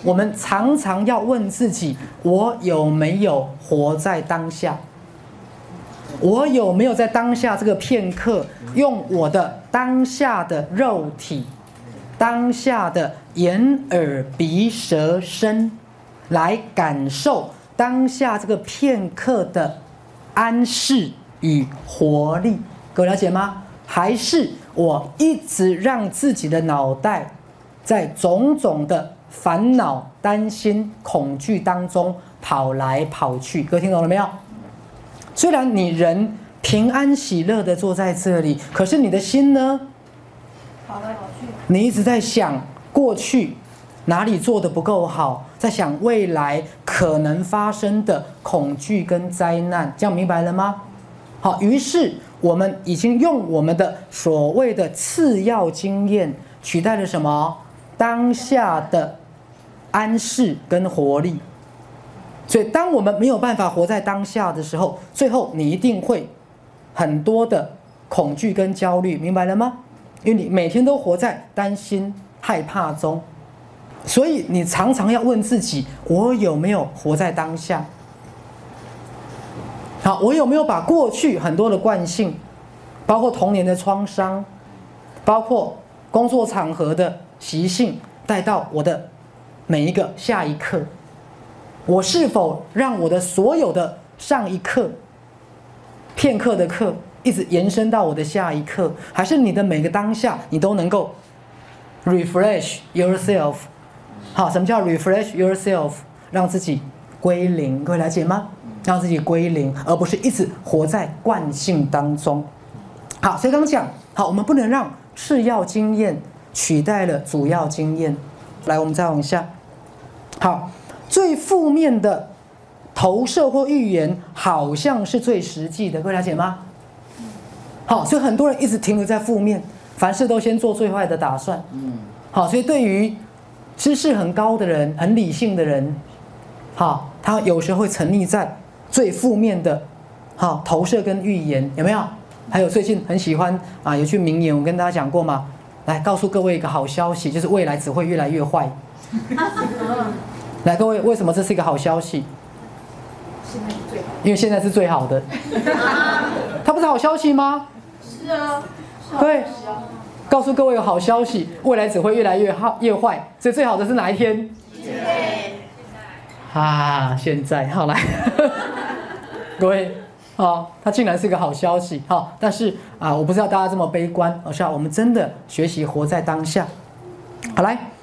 我们常常要问自己：我有没有活在当下？我有没有在当下这个片刻，用我的当下的肉体、当下的眼、耳、鼻、舌、身，来感受当下这个片刻的安适与活力？各位了解吗？还是我一直让自己的脑袋在种种的烦恼、担心、恐惧当中跑来跑去？各位听懂了没有？虽然你人平安喜乐的坐在这里，可是你的心呢？ 跑来跑去。 你一直在想过去哪里做得不够好，在想未来可能发生的恐惧跟灾难，这样明白了吗？好，于是我们已经用我们的所谓的次要经验取代了什么？当下的安适跟活力。所以当我们没有办法活在当下的时候，最后你一定会很多的恐惧跟焦虑，明白了吗？因为你每天都活在担心害怕中，所以你常常要问自己：我有没有活在当下？好，我有没有把过去很多的惯性，包括童年的创伤，包括工作场合的习性，带到我的每一个下一刻？我是否让我的所有的上一刻、片刻的刻，一直延伸到我的下一刻？还是你的每个当下，你都能够 refresh yourself？ 好，什么叫 refresh yourself？ 让自己归零，各位了解吗？让自己归零，而不是一直活在惯性当中。好，所以刚刚讲，好，我们不能让次要经验取代了主要经验。来，我们再往下。好。最负面的投射或预言，好像是最实际的，各位了解吗？好，所以很多人一直停留在负面，凡事都先做最坏的打算。好，所以对于知识很高的人、很理性的人，好，他有时候会沉溺在最负面的，好投射跟预言，有没有？还有最近很喜欢啊，有句名言，我跟大家讲过吗？来告诉各位一个好消息，就是未来只会越来越坏。来，各位，为什么这是一个好消息？ 现在是最好的。 因为现在是最好的。它不是好消息吗？ 是啊。 对。告诉各位有好消息，未来只会越来越坏，所以最好的是哪一天？ 现在。 啊，现在好来，各位，好，它竟然是一个好消息，好，但是啊，我不是要大家这么悲观，而是要我们真的学习活在当下。好来。